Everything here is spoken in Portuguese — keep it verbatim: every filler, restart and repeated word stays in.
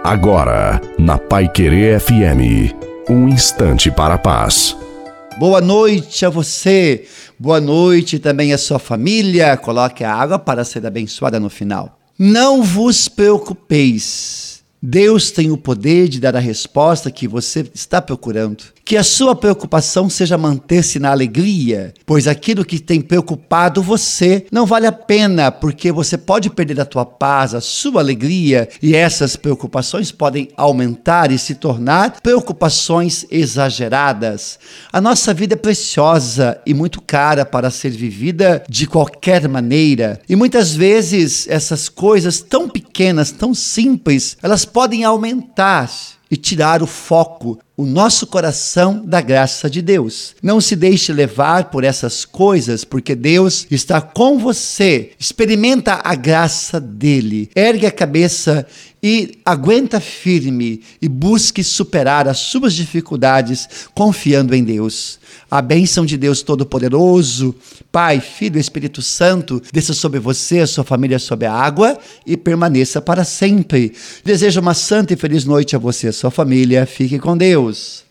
Agora, na Paiquerê F M, um instante para a paz. Boa noite a você, boa noite também à sua família. Coloque a água para ser abençoada no final. Não vos preocupeis. Deus tem o poder de dar a resposta que você está procurando. Que a sua preocupação seja manter-se na alegria, pois aquilo que tem preocupado você não vale a pena, porque você pode perder a tua paz, a sua alegria, e essas preocupações podem aumentar e se tornar preocupações exageradas. A nossa vida é preciosa e muito cara para ser vivida de qualquer maneira, e muitas vezes essas coisas tão pequenas, tão simples, elas podem aumentar e tirar o foco, o nosso coração da graça de Deus. Não se deixe levar por essas coisas, porque Deus está com você. Experimenta a graça dele. Ergue a cabeça e aguenta firme e busque superar as suas dificuldades confiando em Deus. A bênção de Deus Todo-Poderoso, Pai, Filho e Espírito Santo, desça sobre você, a sua família, sob a água e permaneça para sempre. Desejo uma santa e feliz noite a você e a sua família. Fique com Deus.